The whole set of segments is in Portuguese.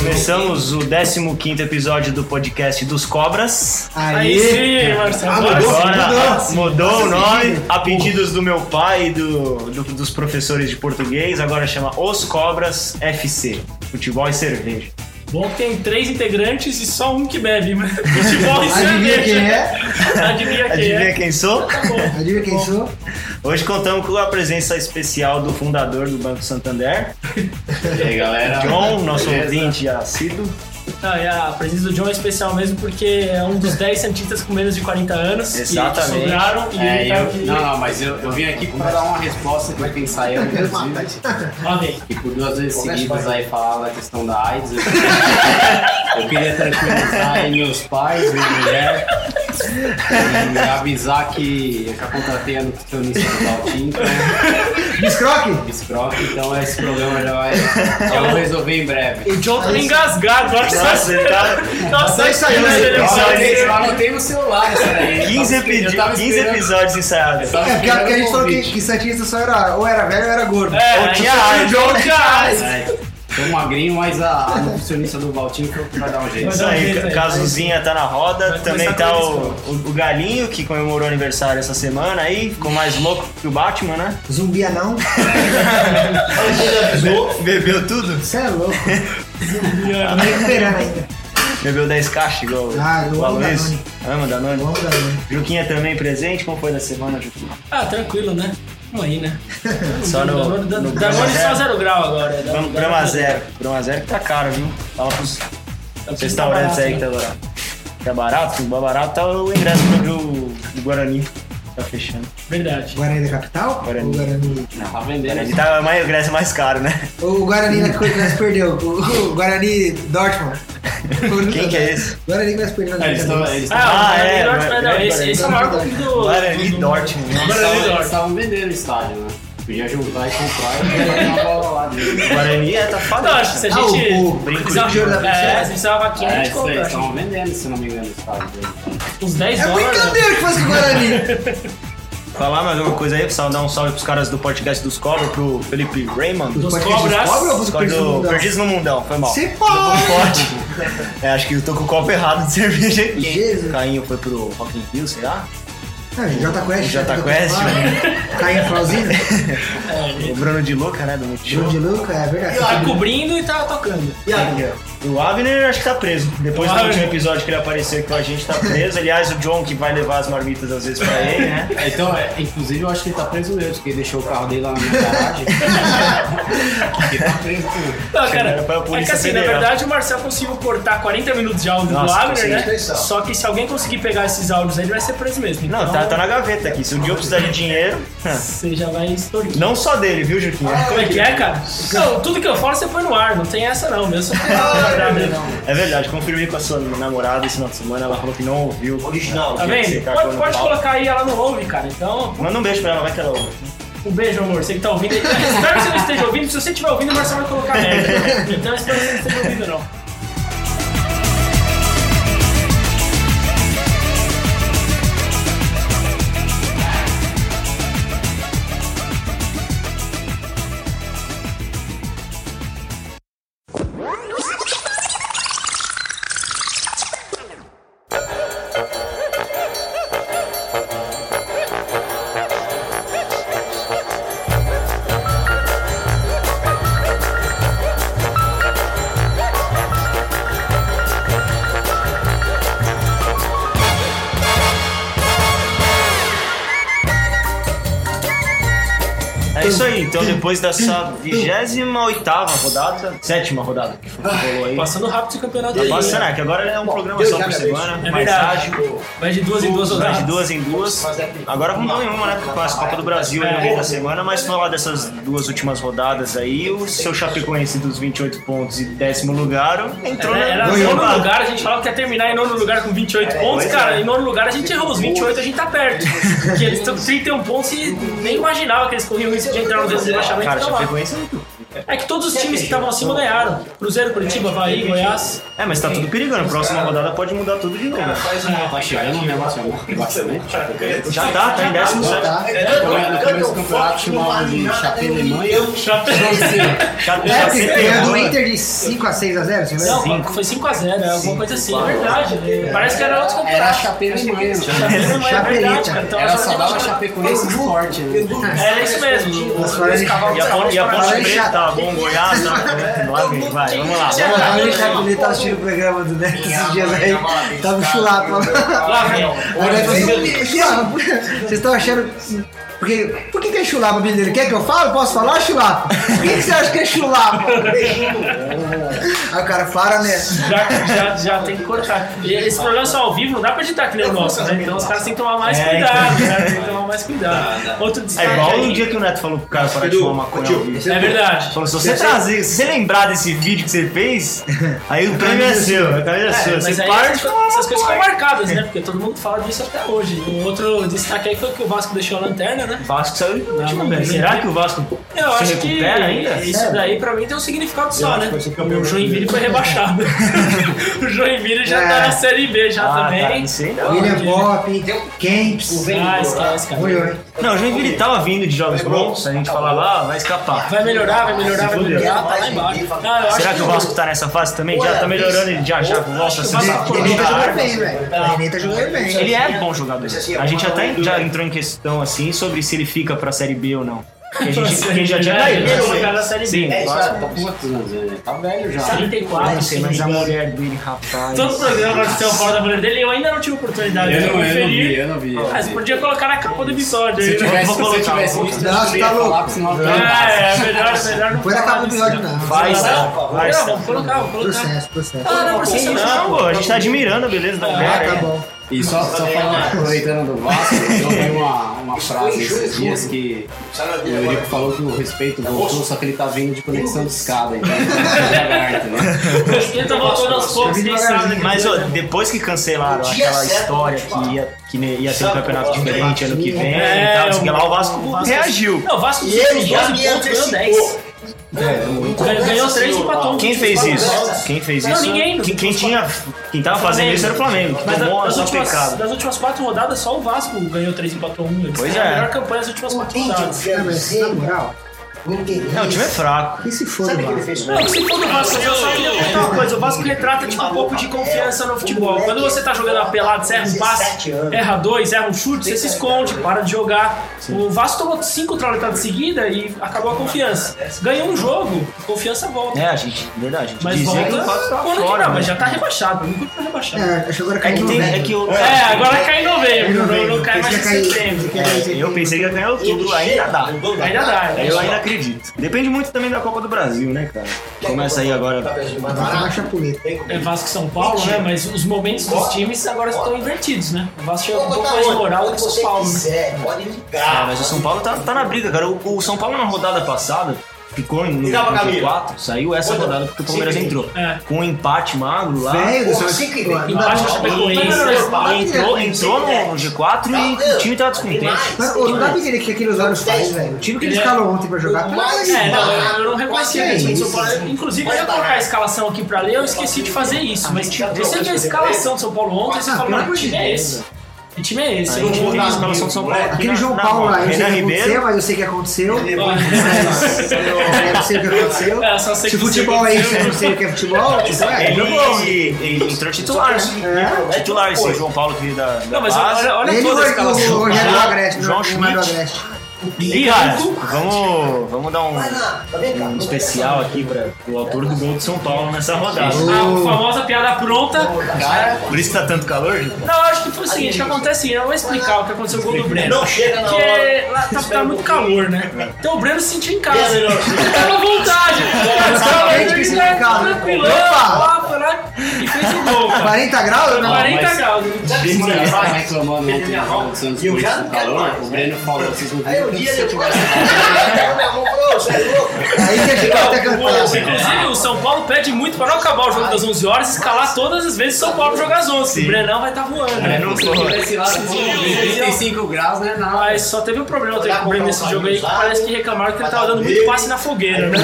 Começamos o 15º episódio do podcast dos Cobras. Aí sim, Marcelo. Agora mudou o nome. A pedidos do meu pai e dos professores de português, agora chama Os Cobras FC. Futebol e cerveja. Bom que tem 3 integrantes e só um que bebe, mas futebol e cerveja. Adivinha quem é? Adivinha quem sou? Tá bom. Adivinha quem sou? Hoje contamos com a presença especial do fundador do Banco Santander. E aí, galera? John, nosso ouvinte assíduo. E a presença do John é especial mesmo porque é um dos 10 santistas com menos de 40 anos. Exatamente. Que sobraram e ele tá aqui. Não, mas eu vim aqui pra dar uma resposta pra quem saiu, inclusive. E por 2 vezes seguidas aí falar da questão da AIDS. Eu queria tranquilizar aí meus pais, minha mulher. E avisar que eu já contratei a nutricionista do Valtinho. Biscroque, então esse problema já vai resolver em breve. O John tá engasgado, olha só. Nossa, ele tá... Nossa, isso aí, Eu anotei no celular essa daí. 15 episódios ensaiados. É porque a gente falou que Santista só era ou era velho ou era gordo. Ou tinha AIDS. O John tinha AIDS. Tô magrinho, mas a nutricionista do Valtinho vai dar um jeito. Isso aí, Casuzinha tá na roda. Vai Também começar tá com o Galinho, que comemorou aniversário essa semana aí. Ficou mais louco que o Batman, né? Zumbi anão. Bebeu tudo? Você é louco. Tá recuperando ainda. Bebeu 10 caixas igual eu o amo Aloysio. Danone. Ama Danone? Vamos dar nome. Juquinha também presente. Como foi da semana, Juquinha? Tranquilo, né? Vamos aí, né? Só no Danone só 0 grau agora. Brahma Zero. Brahma Zero que tá caro, viu? Fala pros restaurantes aí que tá barato. Que é barato? Barato tá o ingresso pra ver o Guarani. Tá fechando. Verdade. Guarani da capital? Guarani. Ou Guarani... Não, tá vendendo. Guarani tá o ingresso mais caro, né? O Guarani que nós perdeu. O Guarani Dortmund. Quem que é esse? Guarani que nós perdemos. Eles estão. Esse é o maior clube do... Guarani Dortmund. Eles estavam vendendo o estádio, né? Podia juntar e comprar e levar uma bola lá dentro. Guarani tá foda. Não, acho que se a gente... o brinco de ouro da princesa. Se precisava aqui, a gente Isso aí, compra. estavam vendendo, se não me engano, o estádio dele. Uns 10 É dólares. brincadeira que faz com o Guarani. Falar mais alguma coisa aí, pessoal? Dar um salve pros caras do podcast dos Cobras, pro Felipe Raymond. Dos Podcast Cobras. Cobra ou dos Perdidos no Mundão, foi mal. Você Não pode. pode. Acho que eu tô com o copo errado de cerveja aqui. Jesus. O Cainho foi pro Rock in Rio, será? Jota Quest. Jota Quest, Cainha Flauzina. O Bruno de Luca, né, do Multishow. João de Luca, é verdade. Tá cobrindo e tá tocando. O Abner acho que tá preso. Depois do Abner. último episódio que ele apareceu aqui com a gente, tá preso. Aliás, o John que vai levar as marmitas às vezes pra ele, né? Então, inclusive, eu acho que ele tá preso mesmo, porque ele deixou o carro dele lá na minha garagem. Ele tá preso tudo. Não, cara, Chegaram pra é Polícia que assim, na Federal. verdade o Marcel conseguiu cortar 40 minutos de áudio Nossa, do Abner, consegui. né? Só que se alguém conseguir pegar esses áudios aí, ele vai ser preso mesmo. Não, Então, tá na gaveta aqui. Se o John precisar de dinheiro... você já vai extorquir. Não só dele, viu, Juquinha? Como é que é, cara? Não, tudo que eu falo você põe no ar, não tem essa não, meu. Só tem É verdade, confirmei com a sua namorada esse final de semana, ela falou que não ouviu. Original. Tá vendo? Pode colocar aí, ela não ouve, cara. Então, Manda um beijo pra ela, vai que ela ouve. um beijo, amor. Você que tá ouvindo. Espero que você não esteja ouvindo. Se você estiver ouvindo, o Marcel vai colocar merda. Então, espero que você não esteja ouvindo, não. É isso aí, então depois dessa 28ª rodada, 7ª rodada que rolou aí. Passando rápido esse campeonato Tá aí. passando, é que agora é um programa só por semana, É mais verdade. ágil. Vai de 2 em 2 Vai de rodadas. 2 em 2. Agora vamos dar em uma, né? Porque com a Copa do Brasil aí no meio da semana, mas falar dessas 2 últimas rodadas aí, o seu Chapecoense dos 28 pontos e 10º lugar entrou Era na nono lugar, a gente falava que ia terminar em nono lugar com 28 pontos, cara. Em nono lugar a gente errou, os 28 a gente tá perto. Porque eles estão com 31 pontos e nem imaginava que eles corriam isso de entrar no rebaixamento. Cara, Então, lá. Chapecoense é muito É que todos os times que estavam acima ganharam. Cruzeiro, Curitiba, Bahia, Goiás. Mas tá tudo perigando. Próxima rodada pode mudar tudo de novo. Tá chegando um negócio bastante. Já tá em 17º. No começo do campeonato chamava de Chapé Alemanha. Ganhou do Inter de 5-6-0, você Não, lembra? foi 5x0, alguma coisa assim, é verdade. Parece que era outro Era campeonato. Chapé Alemanha. É verdade, cara. Então, Era só dava Chapecoense e Sport. era isso mesmo. E a Ponte Preta tava bom, Goiás tava... Vai, vamos lá. Olha o Chapelê tá assistindo o programa do Neto esses dias aí. Tava o Chulapa. Lá vem. Vocês estão achando... Por que é chulapa, Bileiro? Quer que eu fale? Posso falar, chulapa? Por que você acha que é chulapa? Aí o cara para, né? Já tem que cortar. E esse programa só ao vivo, não dá pra editar que nem o nosso, né? Então os caras têm que tomar mais cuidado, né? Tem que tomar mais cuidado. Outro destaque É igual aí. um dia que o Neto falou pro cara parar de fumar maconha ao vivo. É verdade. Falou, se você lembrar desse vídeo que você fez, aí o prêmio é seu, a camisa é sua. Mas Você aí para de fumar essas coisas ficam maconha. marcadas, né? Porque todo mundo fala disso até hoje. O outro destaque aí foi que o Vasco deixou a lanterna, né? O Vasco saiu de último, Não, velho. Será que o Vasco Eu se acho que recupera ainda? isso daí pra mim tem um significado só, né? O Joinville foi rebaixado. O Joinville já tá na Série B já também. Tá, não sei não. William Pop, Kemps. Esquece, cara. Olhou, hein? Não, o Joinville tava vindo de jogos bons, a gente falava, vai escapar. Vai melhorar, tá lá embaixo. Não, eu Será acho que o Vasco tá nessa fase também? Já tá melhorando, ele já volta a se O Nenê tá jogando bem, velho. O Nenê tá jogando bem. Ele é bom jogador. A gente até já entrou em questão assim sobre se ele fica pra Série B ou não. Porque a gente já tinha caído. jogar na Série B. Sim, o Vasco. Tá com quantos anos? Ele tá velho já. 34. Não sei, mas a mulher dele, rapaz. Todo programa que tem fora da mulher dele, eu ainda não tive oportunidade de conferir. Eu não vi. Mas podia colocar na capa do episódio. Se aí. eu tivesse visto, eu Não, não você ia tá louco. falar, porque senão eu É melhor não Põe na falar capa do disso. episódio, não. Faz, Não, tá. vamos colocar. Processo. Ah, não precisa Não, pô, a gente tá admirando a beleza da mulher. Tá aí. bom. E só falando, aproveitando do Vasco, eu vi uma frase esses dias que o Eurico falou que o respeito voltou, só que ele tá vindo de conexão de escada, então devagar, entendeu? Ele tá voltando aos poucos, quem sabe. Mas ó, depois que cancelaram aquela história que ia ter um campeonato diferente ano que vem e tal, assim, lá o Vasco reagiu. Não, o Vasco fez 12 pontos, ganhou 10. Ganhou 3 e empatou. Quem fez isso? Quem fez Não, isso? ninguém. Quem tava fazendo isso era o Flamengo, que Mas tomou uma das pecado. últimas 4 rodadas, só o Vasco ganhou 3 e empatou 1. Eles Pois têm é. a melhor campanha das últimas 4 rodadas. Não, mas na moral, Não, o time é fraco. quem se for do Vasco? Não, se for do Vasco, eu só queria comentar uma coisa. O Vasco retrata tipo, um pouco de confiança no futebol. Quando você tá jogando uma pelada, você erra um passe, erra 2, erra um chute, você se esconde, para de jogar. O Vasco tomou 5 trauletadas seguidas e acabou a confiança. Ganhou um jogo, a confiança volta. É, verdade. A gente Mas dizia volta que o Vasco tava quando que fora. não, mas né? já tá rebaixado. O único que tá rebaixado. Acho que agora caiu É que no tem. É novembro. que o. Agora cai em novembro, não cai mais em setembro. Eu pensei que ia ganhar tudo, ainda dá. Ainda dá, Eu ainda acredito. Depende muito também da Copa do Brasil, né, cara? Começa aí agora. Agora baixa a puleta. É Vasco e São Paulo, né? Mas os momentos dos times agora estão invertidos, né? O Vasco chega com um pouco mais de moral do que o São Paulo, né? Ah, mas o São Paulo tá na briga, cara. O São Paulo na rodada passada ficou no G4, saiu essa rodada porque o Palmeiras entrou. É. Com um empate magro lá. Velho do céu. Embaixo do Chapecoense. Entrou no G4 e o time tava descontente. Mas ô, não dá pra entender o que aqueles olhos faz, velho. O time que ele escalou ontem pra jogar, pelo amor de É, não, Deus. eu não reconheci a time do São Paulo. Inclusive, eu ia colocar a escalação aqui pra ler, eu esqueci de fazer isso. Mas você viu a escalação do São Paulo ontem, você falou, mano, que time é esse? Que time é esse? Eu tive a escalação do São Paulo. aqui Aquele na- João na Paulo mão. lá, eu não sei Renan o que aconteceu, Ribeiro. mas eu sei que aconteceu. Eu não sei o que aconteceu. É, só sei Se que futebol é isso, aconteceu. eu não sei o que é futebol. Ele entrou titular. Titular, esse João Paulo que veio da Não, mas base. olha Ele toda a e o escalação. Rogério do Agreste, João não é do Schmidt. Agreste. E cara, vamos dar um especial aqui pro autor do gol de São Paulo nessa rodada. A famosa piada pronta. Por isso tá tanto calor, Ju? Não, eu acho que foi o seguinte, o que acontece, eu vou explicar o que aconteceu com o gol do Breno. Não chega na Porque hora. lá tá muito calor, né? Então o Breno se sentiu em casa. Ele tava à vontade. Exatamente que se sentiu em casa. Tranquilão, Opa! lá, lá. E fez o gol, cara. 40 graus? Não. 40 graus. Você tá reclamando ontem no jogo do Santos por esse calor? O Breno falou, vocês não viram que se eu tivesse... Aí que a gente até cantar. Inclusive, o São Paulo pede muito pra não acabar o jogo das 11 horas e escalar todas as vezes o São Paulo jogar às 11. O Brenão vai estar voando. Breno voa. Esse lado, 35 graus, né? Não. Mas só teve um problema ontem com o Breno nesse jogo aí, que parece que reclamaram que ele tava dando muito passe na fogueira, né?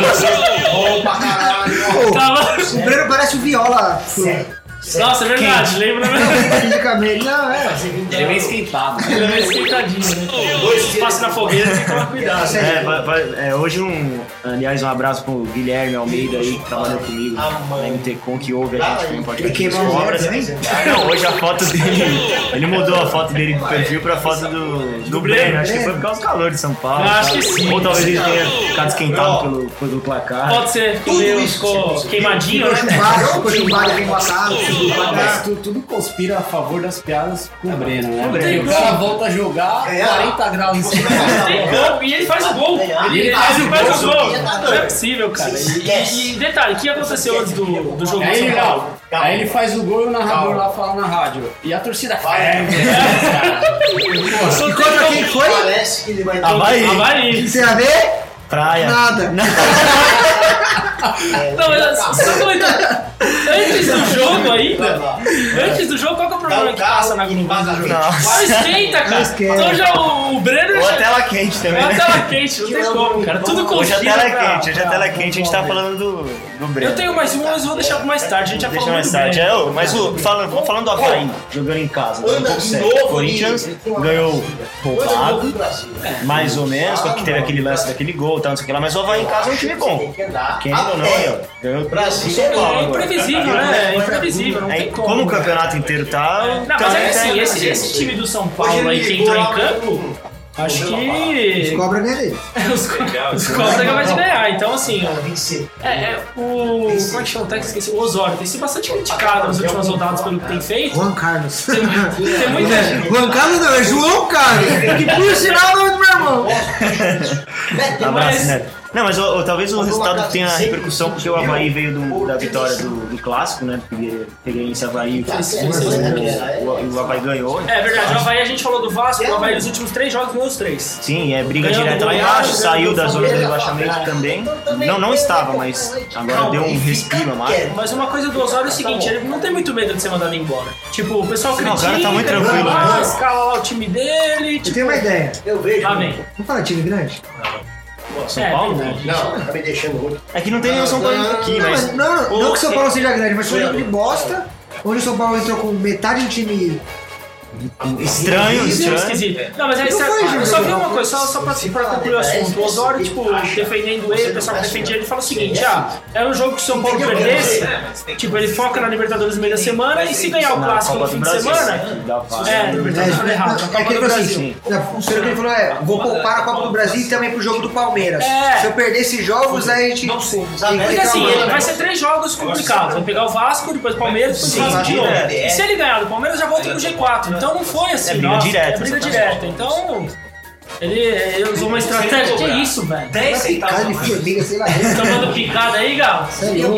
O Breno parece o Viola. Nossa, é verdade, lembra? Fisicamente. Não, é. Ele é meio esquentado. Ele é meio esquentadinho, né? Passe na fogueira, tem que tomar cuidado. Hoje aliás, um abraço pro Guilherme Almeida aí, que trabalhou comigo na MTCom, que ouve a gente também pode Ele queimou as obras, né? Não, hoje a foto dele, ele mudou a foto dele do perfil pra foto do Breno. Acho que foi por causa do calor de São Paulo. Acho que sim. Ou talvez ele tenha ficado esquentado pelo placar. Pode ser, ficou queimadinho, né? Ficou chumbado, ficou embaçado. Mas tudo conspira a favor das piadas com o Breno, né? Porque o cara volta a jogar 40 graus em cima. Tem gol, e ele faz o gol. Ele faz o gol. Não é possível, cara. E detalhe, o que aconteceu antes do jogo do São Paulo? Aí ele faz o gol e o narrador lá fala na rádio. E a torcida E contra quem foi? Parece que ele vai Havaí. Tem a ver? Praia. Nada. Não, só comentando. Antes do jogo ainda, antes do jogo, qual que é o problema que passa na Globo? Não esquenta, cara. Então já o Breno... Ou a tela quente também. Ou a tela quente, não tem como, cara. Tudo Hoje conspira. a tela é quente, a gente tá falando do Breno. Eu tenho mais um, mas vou deixar pra mais tarde. A gente já Deixa falou mais muito tarde. bem. Mas vamos falando do Havaí, jogando em casa. Um pouco sério. O Corinthians ganhou poupado, mais ou menos, porque teve aquele lance daquele gol, tal, não sei o que lá. Mas o Havaí em casa é um time bom. Quem ainda não, ganhou São Paulo. É imprevisível, né? É imprevisível, não tem como. Como o campeonato inteiro tá... Não, mas é assim, esse time do São Paulo aí que entrou em campo, acho que... Os cobra ganha dele. Os cobras é capaz de ganhar. Então, assim, como é que chama o técnico? Esqueci. O Osório tem sido bastante criticado nas últimas rodadas pelo que tem feito. Juan Carlos. Tem muita gente. Juan Carlos não, é João Carlos. Que por sinal é o nome do meu irmão. Abraço, Neto. Não, mas talvez o resultado tenha repercussão porque o Havaí veio da vitória do Clássico, né? Peguei esse Havaí o Havaí ganhou. É verdade, o Havaí a gente falou do Vasco, o Havaí nos últimos 3 jogos ganhou os 3. Sim, briga direta lá embaixo, saiu da zona de rebaixamento também. Não estava, mas agora deu um respiro a mais. Mas uma coisa do Osório é o seguinte, ele não tem muito medo de ser mandado embora. Tipo, o pessoal critica, o cara tá muito tranquilo, né? Escala lá o time dele, Eu tenho uma ideia. Eu vejo. lá vem. Vamos falar time grande? São Paulo? Não, tá me deixando muito. É que não tem nenhum São Paulo aqui, mas... Não que o São Paulo seja grande, mas foi um time de bosta, onde o São Paulo entrou com metade do time Estranho. Esquisito. Não, mas aí eu só vi uma coisa, só pra concluir o assunto. O Osório, tipo, defendendo ele, o pessoal que defendia ele fala o seguinte: era um jogo que o São Paulo perdesse, tipo, ele foca na Libertadores no meio da semana e se ganhar o clássico no fim de semana. Libertadores falei errado, na Copa do Brasil. O senhor que ele falou vou poupar a Copa do Brasil e também pro jogo do Palmeiras. Se eu perder esses jogos, aí a gente. Porque assim, vai ser 3 jogos complicados. Vai pegar o Vasco, depois o Palmeiras, depois o Vasco de novo. E se ele ganhar do Palmeiras, já volta pro G4. Então não foi assim, briga direta. É briga direta. Então, ele usou uma estratégia. Que isso, velho? 10 centavos. Cara de formiga, sei lá. Tá dando picada aí, Gal? Sério,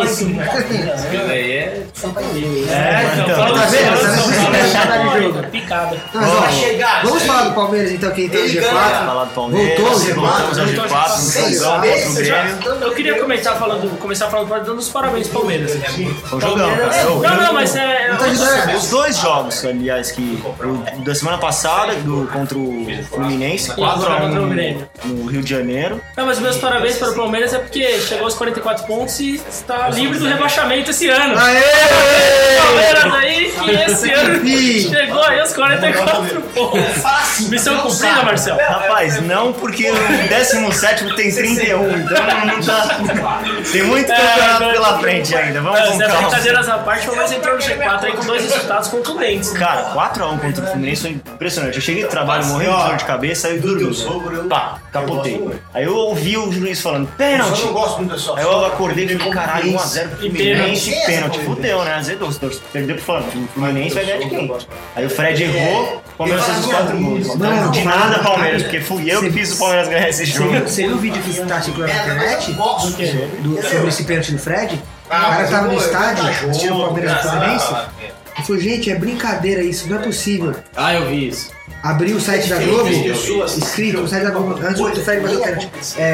então, fala Tá vendo? Picada. Vamos falar do Palmeiras então, que entrou no G4. Falar do Palmeiras, voltamos ao G4, contra o Grêmio. Eu queria começar falando, dando os parabéns pro Palmeiras. Foi um jogão, cara. Não, mas Os 2 jogos, aliás, da semana passada, contra o Fluminense, 4-1 no Rio de Janeiro. Não, mas meus parabéns para o Palmeiras é porque chegou aos 44 pontos e está livre do rebaixamento esse ano. Palmeiras aí, que esse ano chegou aí aos 44 pontos. Missão cumprida, Marcelo? Rapaz, não, porque o 17º tem 31, então não tá... Tem muito campeonato pela frente ainda, vamos com calma. Brincadeiras à parte, o Palmeiras entrou no G4 aí com 2 resultados contundentes. Cara, 4-1 contra o Fluminense foi impressionante. Eu cheguei do trabalho morrendo de dor de cabeça, aí eu dormi. Pá, capotei. Aí eu ouvi o juiz falando, pênalti. Eu não gosto muito dessa. Aí eu acordei e falei, caralho, 1x0 pro Fluminense, pênalti. Fudeu, né? Azedou. Perdeu pro Fluminense, vai ganhar de quem? Aí o Fred errou, o Palmeiras fez os 4 gols. Não de nada Palmeiras, porque fui eu que fiz o Palmeiras ganhar esse jogo. Você viu o vídeo que está circulando na internet? Sobre esse pênalti do Fred? moleque. O cara tava no estádio, assistindo o Palmeiras e Fluminense. Ele falou, gente, é brincadeira isso, não é possível. Ah, eu vi isso. Abriu o site da Globo, escrito no site da Globo, antes do Fred bater o pênalti.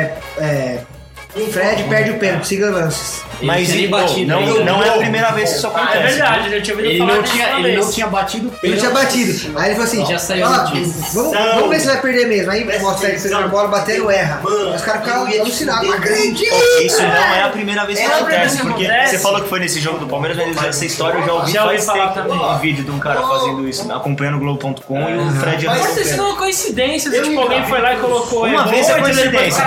Fred perde o pênalti, siga lances. Mas não é a primeira vez que isso acontece. É verdade, eu já tinha ouvido falar disso uma Ele vez. não tinha batido o Ele tinha batido. Aí ele falou assim: Já saiu ó, notícia. vamos ver se vai perder mesmo. Aí mostra o Fred pegando a bola, batendo, erra. Aí os caras ficaram alucinados. Acredito! Isso não é a primeira vez que acontece, porque acontece. você falou que foi nesse jogo do Palmeiras, mas essa história eu Já ouvi faz falar tempo. também. Um vídeo de um cara fazendo isso, acompanhando o Globo.com e o Fred Pode ter sido uma coincidência, tipo, alguém foi lá e colocou. Uma vez é coincidência.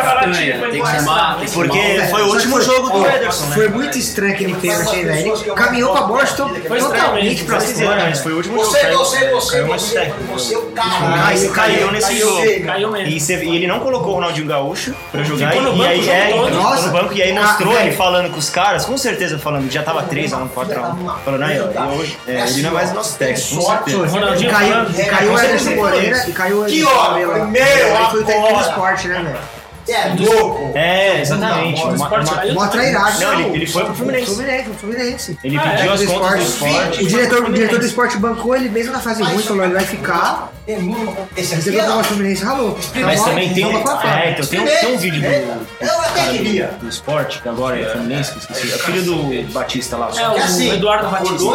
Porque foi o último jogo do Ederson, né? Foi muito estranho aquele pênalti, velho. Ele caminhou pra bola, chutou totalmente pra fora. Mas foi o último jogo. Caiu mais técnico. Caiu nesse jogo. Caiu mesmo. E ele não colocou o Ronaldinho Gaúcho pra jogar. Ficou no E banco aí o jogo todo. ficou no banco e aí mostrou velho. ele falando com os caras, com certeza falando que já tava 3x1, 4x1. Falando, aí, ó, ele não é mais nosso técnico, com certeza. Ronaldinho Caiu o Ederson Moreira e caiu o Ederson Moreira. Aí foi o técnico do esporte, né, velho? É louco. É, exatamente. Mó trairagem. Não, ele foi pro Fluminense. Fluminense. Ele pediu as contas do esporte. O diretor do esporte bancou ele mesmo na fase ruim, falou, ele vai ficar. Esse Recebeu aqui, o ó. Fluminense, ralou. Mas Tá também bom, tem toma com a faca. então tem um vídeo Eu até queria. do esporte, que agora é Fluminense, que eu esqueci. É o filho do Batista lá. É, o Eduardo Batista.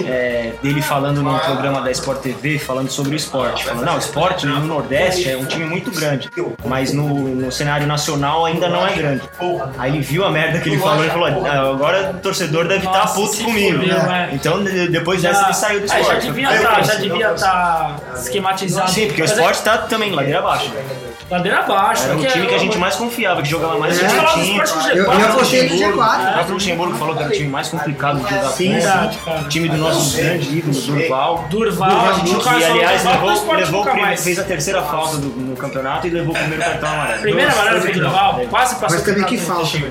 Dele falando num programa da Sport TV, falando sobre o esporte. Falando, não, o esporte no Nordeste é um time muito grande, mas no cenário nacional ainda não é grande. Aí ele viu a merda que ele falou e falou, agora o torcedor deve estar Nossa, puto se comigo. fudeu, é. Então depois dessa ele saiu do Já esporte. devia estar esquematizado. Sim, porque o Mas esporte tá também ladeira abaixo. ladeira abaixo. Era o porque time que a gente mais confiava, que jogava mais A gente falava do certinho. esporte no Eu G4. apostei no O G4. próprio Luxemburgo falou que era o time mais complicado de jogar Sim, contra. verdade, cara. O time do nosso grande ídolo, Durval. Durval, a gente Que, aliás, levou mais. fez a terceira falta no campeonato e levou o primeiro cartão amarelo. Primeira amarela pro Durval, quase passou. Mas também que pelo falta. time.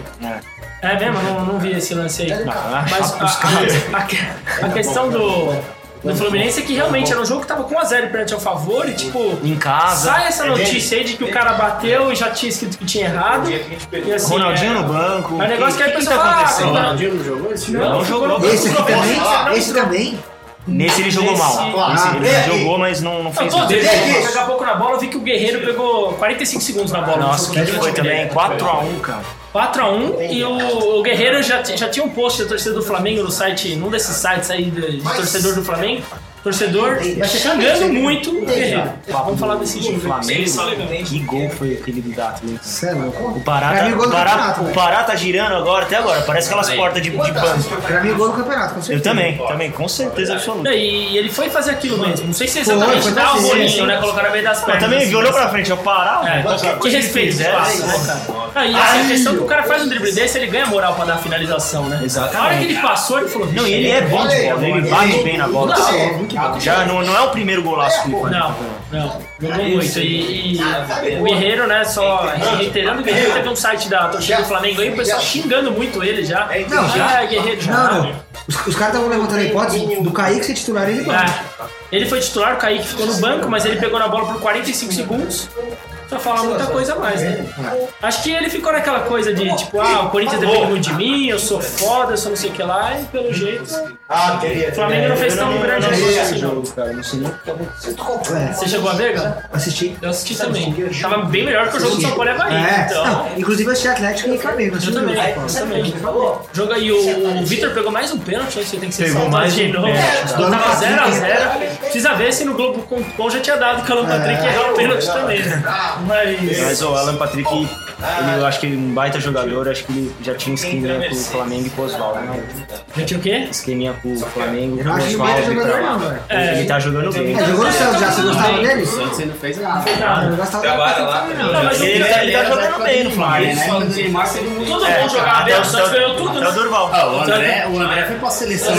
É mesmo? Não vi esse lance aí. Mas os caras. a questão do Fluminense é que realmente era um jogo que tava com 1x0 perante ao favor e tipo. Em casa. Sai essa notícia aí de que o cara bateu e já tinha escrito que tinha errado. E assim, Ronaldinho no banco. É um negócio que aí a O que pessoa tá fala, acontecendo? ah, Ronaldinho não jogou esse jogo? Não jogou. Esse aqui também? Esse também? Nesse ele jogou mal. Ele jogou, mas não fez Todos nada. eles vão pegar pouco na bola, eu vi que o Guerreiro pegou 45 segundos na bola. Nossa, que foi também 4x1, cara. 4x1 e o Guerreiro já tinha um post da torcida do Flamengo no site, num desses sites aí de torcedor do Flamengo. Torcedor xingando muito o Guerreiro. Vamos falar desse jogo. Flamengo, que gol foi aquele do Gato, né? Cê é louco. O Pará Pra mim, gol do campeonato, o velho. Pará tá girando agora, até agora. Parece aquelas portas de banco. Pra mim, gol do campeonato, com Eu certeza. também, com certeza absoluta. E ele foi fazer aquilo mesmo. Não sei se é Foi exatamente dar o fazer, bolinho, sim. né? Colocar na meio das Mas pernas. também assim, viu, olhou mas- pra frente, eu Pará, velho. Qualquer Que coisa que respeito, fizesse, cara. E assim, a questão é que o cara faz um drible desse, ele ganha moral pra dar a finalização, né? Exatamente. Na hora que ele passou, ele falou: Não, e ele é bom de bola, ele bate bem na bola. Não. Já não é o primeiro golaço que ele faz. Não. Jogou muito. E o Guerreiro, né? Só reiterando, o Guerreiro teve um site da torcida do Flamengo aí, o pessoal xingando muito ele já. Não, já é Guerreiro já. Não. Os caras estavam levantando a hipótese do Kaique ser titular ele banco. Ele foi titular, o Kaique ficou no banco, mas ele pegou na bola por 45 segundos. Pra falar muita coisa a mais, né? Acho que ele ficou naquela coisa de tipo, o Corinthians depende muito de mim, eu sou foda, eu sou não sei o que lá, e pelo jeito. O Flamengo não fez tão grande assim, não. Cara, não sei nem o que tá acontecendo. Você chegou a ver, cara? Assisti. Eu assisti também. Tava bem melhor que o jogo do São Paulo e Bahia. Então. Não, inclusive eu assisti Atlético e Flamengo. Eu também, Jogo aí, o Vitor pegou mais um pênalti, aí você tem que ser Pegou salvado mais de um novo. pênalti. Tava 0x0. Precisa ver se no Globo.com já tinha dado que o Alan Patrick ia errar o pênalti também, né? Mas o Alan Patrick, eu acho que ele é um baita jogador, acho que ele já tinha esqueminha com o Flamengo e com o Oswaldo, né? Já tinha o quê? Esqueminha com o Flamengo e com Eu o acho que não vai Oswaldo. jogador não, velho. Ele tá jogando bem. Jogou no Santos já, você gostava dele? Você não fez nada. Eu não gostava dele. Não, mas Ele tá jogando bem no Flamengo. todo mundo jogava bem, o Santos ganhou tudo, Até né? o Durval. O André foi pra seleção.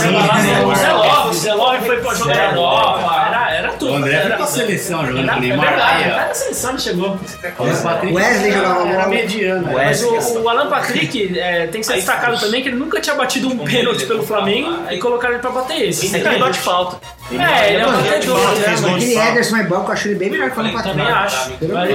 O Zé Love foi pra jogar nova, era tudo. O André foi Era pra seleção jogando com o É Neymar. verdade, Aí, até na seleção ele chegou. O Wesley jogava Era bola. mediano. Mas o Alan Patrick tem que ser destacado também que ele nunca tinha batido um pênalti pelo Flamengo e colocaram ele pra bater esse. Ele bate falta. Ele é um batedor, né? Aquele Ederson é banco, eu acho ele bem melhor que o ano passado. Também acho.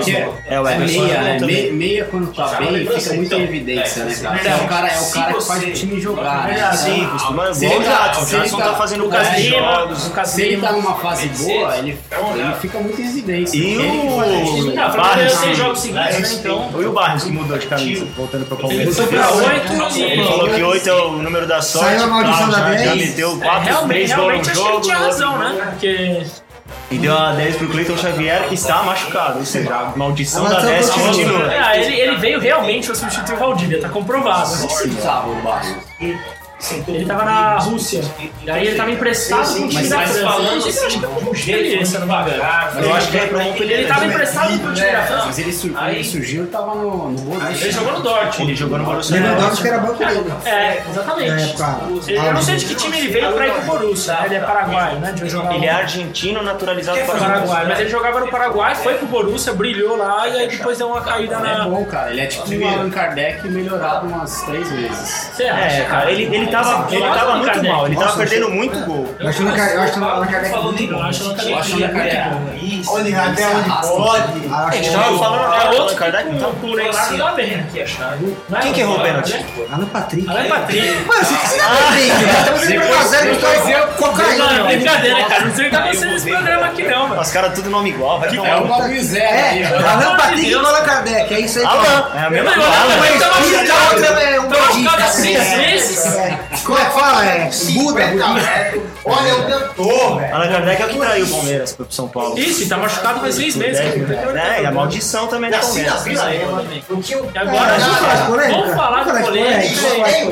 Meia quando tá bem, fica muito em evidência, né, cara? É o cara que faz o time jogar, né? Sim, costuma. O Jadson tá fazendo o jogos. Se ele tá numa fase boa, ele fica muito em evidência. E o Barros tem jogos seguintes, né? Então. E o Barros que mudou de camisa, voltando pro Palmeiras. Ele foi pra 8 e... Ele falou que 8 é o número da sorte. Saiu a maldição da 10. Já meteu 4, 3 gols no acho que ele jogo. tinha razão, né? Porque... E deu a 10 pro Cleiton Xavier, que está machucado. Ou seja, a maldição da 10 continua. Ele veio realmente pra substituir o Valdívia, tá comprovado. O Barros. Ele tava na Rússia, e aí ele tava emprestado com o time da França. Falando assim, acho que é um Montpellier, se eu não me engano. Eu acho que é pro Montpellier. Ele tava emprestado pro time da França. Mas ele surgiu e tava no Borussia. Ele jogou no Dortmund. Ele jogou no Borussia. Lewandowski era banco dele. Exatamente. Eu não sei de que time ele veio pra ir pro Borussia. Ele é paraguaio, né? Ele é argentino naturalizado Paraguai. Mas ele jogava no Paraguai, foi pro Borussia, brilhou lá e aí depois deu uma caída na... É bom, cara. Ele é tipo o Allan Kardec melhorado umas 3 vezes. Você acha? Cara, ele tava muito mal, ele tava perdendo muito gol. Eu acho que o Allan Kardec muito bom. Eu acho que Eu acho que é bom. Olha até onde pode. A gente tava falando é do outro Kardec, então. o Neymar não bem. Quem que errou o pênalti? Alan Patrick. Alan Patrick. Mano, você tá bem, estamos fazendo cocaína. Brincadeira, cara. Não sei o que tá acontecendo nesse programa aqui, não, mano. Os caras tudo nome igual, vai É o bagulho zero. Alan Patrick e Alan Kardec, é isso aí. É a mesma Um beijinho. Cada 6 meses. Como é que fala? Buda, Olha o cantor, velho. Allan Kardec é o que traiu o Palmeiras pro São Paulo. Isso, tá machucado faz 6 meses. E a maldição também do Palmeiras. E agora, vamos falar de polêmica.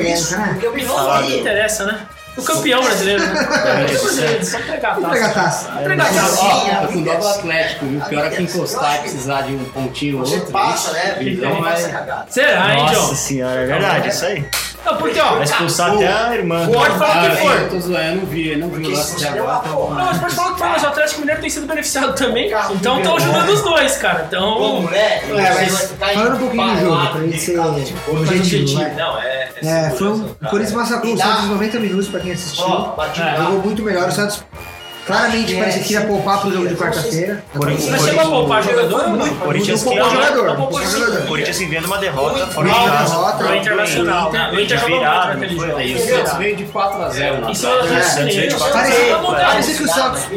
Não interessa, né? O campeão brasileiro, né? Só entregar a taça. Ó, tô com dó do Atlético, viu? Pior é que encostar e precisar de um pontinho ou outro. Passa, né? Então vai... Será, hein, John? Nossa senhora, é verdade, isso aí. Não, porque, ó, Vai expulsar até a irmã. pode falar o que for. Eu tô zoando, eu não vi o lance até agora. Não, mas pode falar o que for, mas o Atlético Mineiro tem sido beneficiado também. Então estão ajudando os dois, cara. Então. Mas falando um pouquinho do jogo, pra gente ser objetivo, vai. Foi o Corinthians massacrou o Santos 90 minutos pra quem assistiu. Jogou muito melhor. O Santos claramente parecia que ia poupar pro jogo de quarta-feira. Mas chegou a poupar jogador ou não? O Corinthians Poupou jogador. O Corinthians vendo uma derrota fora de Uma casa. derrota. Pro Internacional. O Inter jogou muito naquele jogo. E o Santos veio de 4-0 Em cima do Atlético. Parecia que o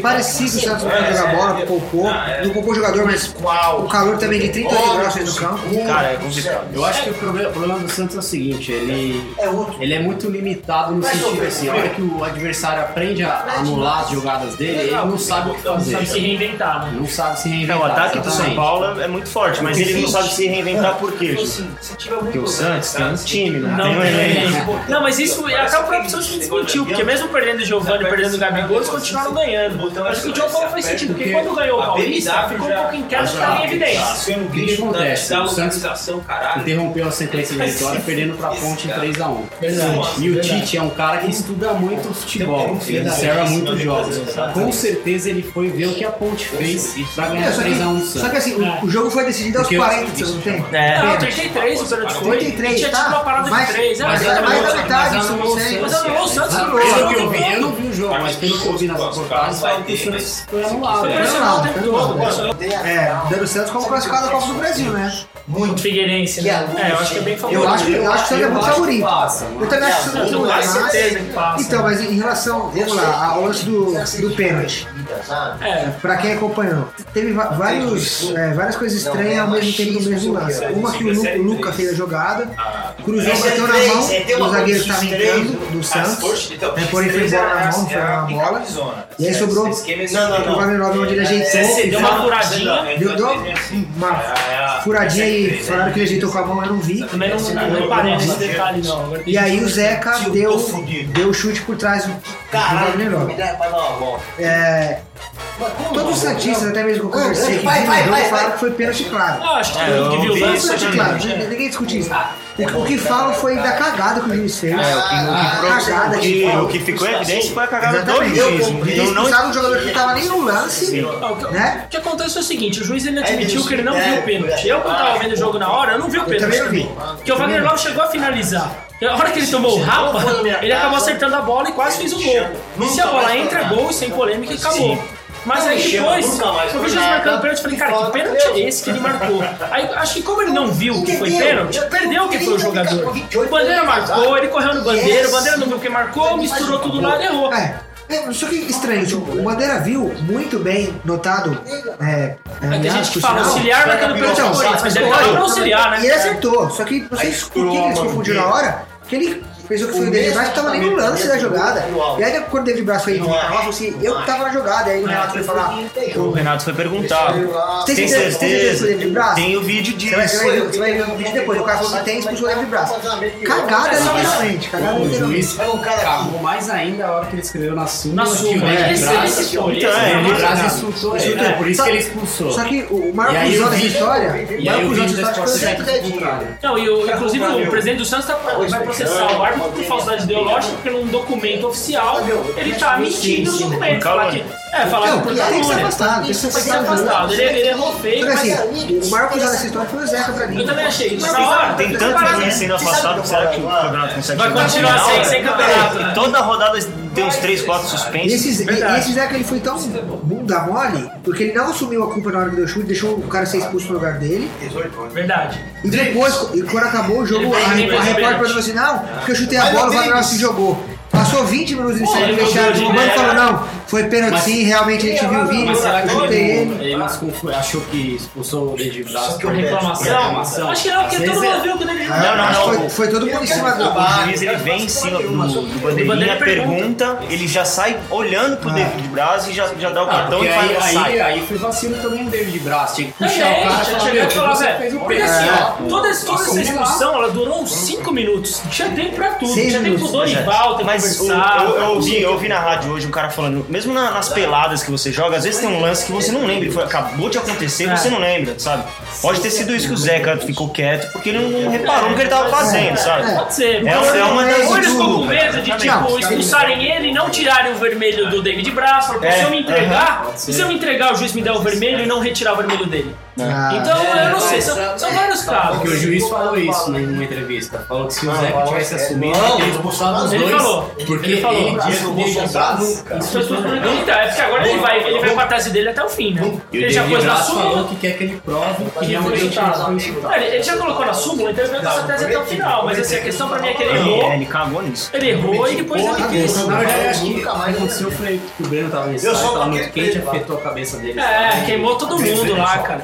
Santos não podia jogar bola, poupou. Não poupou o jogador, mas o calor também de 38 graus no campo. Cara, é complicado. Eu acho que o problema do Santos é o seguinte, ele é muito limitado no sentido assim, a hora que o adversário aprende a anular as jogadas dele, ele não sabe o que Não fazer. sabe se reinventar, né? Não sabe se reinventar. O ataque do São exatamente. Paulo é muito forte, mas ele não sabe se reinventar por quê? Porque o Santos tem um time, não tem um elenco. Não, mas isso até o próprio Santos desmentiu, porque mesmo perdendo o Giovani, perdendo o Gabigol, eles continuaram ganhando. Acho que o John Paulo faz sentido, porque quando ganhou o Paulista, ficou um pouco em queda e estava em evidência. O que acontece? O Santos interrompeu a sequência de vitória perdendo pra Ponte em 3-1. E o Tite é um cara que estuda muito futebol, ele observa muitos jogos. Com certeza ele foi ver o que a Ponte fez pra ganhar 3-1 do Só Santos. que assim, o jogo foi decidido aos 40 do segundo tempo. Não, 33 o pênalti foi. 33, Tinha tido uma parada de 3. Mas era mais da metade, mas isso não sei. Mas anulou o Santos no Pelo que eu vi, jogo. eu não vi o jogo, mas pelo que eu vi nas reportagens, falam que o Santos foi anulado. Profissional o tempo todo. Dando o Santos como classificado da Copa do Brasil, né? Muito Figueirense, né? Eu acho que é bem favorito. Eu acho que o Santos é muito favorito. Eu também acho que o Santos é muito Com certeza que passa. Então, mas em relação, vamos lá, ao lance do pênalti. Pra quem acompanhou, teve várias coisas estranhas ao mesmo tempo no mesmo lance. Uma que o Luca fez a jogada, cruzou, bateu na mão do zagueiro que estava entrando, do Santos, porém foi bola na mão, não foi na bola. E aí sobrou pro Wagner Love, onde ele ajeitou. Deu uma furadinha. Deu uma furadinha e falaram que ele ajeitou com a mão, eu não vi. Também não reparei nesse detalhe, não. Agora tem E aí o Zeca deu o chute por trás do Wagner Love. Todos os santistas, até mesmo que eu conversei, que viram o jogo, falaram que foi pênalti claro. Eu acho que todo mundo que viu o lance. Pênalti claro, ninguém discute isso. O que falam foi da cagada que o juiz fez. O que ficou evidente foi a cagada do Exatamente. juiz. Eles Então não expulsaram um jogador que não estava nem no lance, né? O que acontece é o seguinte, o juiz ele admitiu que ele não viu o pênalti. Eu, quando tava vendo o jogo na hora, eu não vi o pênalti também não vi. Porque o Wagner Love chegou a finalizar. A hora que ele tomou o rapa, ele acabou acertando a bola e quase fez o gol. E se a bola entra, é gol e sem polêmica e acabou. Mas aí depois, eu vi Jesus marcando pênalti e falei, cara, que pênalti é esse que ele marcou? Aí acho que como ele não viu que foi pênalti, perdeu quem foi o jogador. O Bandeira marcou, ele correu no Bandeira, o Bandeira não viu quem marcou, misturou tudo lá e errou. Só que estranho, tipo, o Bandeira viu muito bem, notado. Tem gente que fala auxiliar marcando pênalti ao Corinthians, mas ele tava pra auxiliar, né? E ele acertou, só que não sei por que ele se confundiu na hora, que ele fez o que foi o David Braz, que tava nem no lance da jogada. E aí quando o David Braz foi falar, falou assim, eu tava na jogada, e aí o Renato foi falar. O Renato foi perguntar. Tem certeza que o David Braz? Tem o vídeo disso. Você vai ver o vídeo depois, o cara falou que tem, expulsou o David Braz. Cagada literalmente, cagada O literalmente. juiz cagou mais ainda a hora que ele escreveu na súmula. Na súmula, O Braz insultou ele, por isso que ele expulsou. Só que o maior cuzão dessa história, E aí o vídeo da Sport TV. Não, inclusive o presidente do Santos vai processar o árbitro por falsidade ideológica, porque num documento oficial ele tá mentindo no documento. Falar que por tem que ser calúnia. afastado, tem que ser afastado. Ele errou feio, Então, mas assim, o maior cuzão dessa história foi o Zeca pra mim. eu também achei isso. Na hora, Tem tanto juiz sendo afastado, será que o campeonato consegue vai chegar no continuar final? sem campeonato, né? Toda rodada tem uns 3, 4 E suspensos. esse Zeca ele foi tão bunda mole, porque ele não assumiu a culpa na hora que deu chute, deixou o cara ser expulso no lugar dele. Verdade. E depois, quando acabou o jogo, a repórter falou assim, não, porque eu chutei a bola, o Wagner se jogou. Passou 20 minutos de série fechado, o mano falou, não, foi pênalti sim, realmente a gente viu o vídeo, Mas será que eu chutei ele. ele achou que expulsou o David Braz Por reclamação? Acho que não, porque todo mundo viu que ele Não. Foi todo mundo em cima do O juiz ele vem em cima do bandeirinha, pergunta, ele já sai olhando pro David Braz e já dá o cartão e sai. Aí foi vacilo também o David Braz, tinha que puxar o cara cheguei a falar, você velho, fez o porque pênalti. assim, toda essa expulsão, ela durou uns 5 minutos. Tinha tempo pra tudo, tinha tempo pro Dorival, tem que Mas conversar. eu ouvi na rádio hoje um cara falando, mesmo nas peladas que você joga, às vezes tem um lance que você não lembra, acabou de acontecer e você não lembra, sabe? Pode ter sido isso que o Zeca ficou quieto, porque ele não reparou no que ele tava fazendo, sabe? Pode ser. É uma das Ou ele ficou com medo de, tipo, expulsarem ele e não tirarem o vermelho do David Braz. Falou, se eu me entregar, se eu me entregar, o juiz me der o vermelho e não retirar o vermelho dele. Então, eu não sei, são vários casos. Porque o juiz falou isso numa entrevista. Falou que se o Zeca tivesse assumido, ele teria expulsado os dois. Ele falou. Porque ele falou. ele disse que o David Braz... Então, é porque agora ele vai com a tese dele até o fim, né? E o David Braz falou que quer que ele prove que realmente ele foi insultado. Ele já colocou na súmula, então ele vai com essa tese até o final. Mas assim, a questão pra mim é que ele errou. Ele cagou nisso. Ele errou e depois ele quis. Na verdade, acho que o que aconteceu foi que o Breno tava nesse site, tava muito quente, afetou a cabeça dele. Queimou todo mundo lá, cara.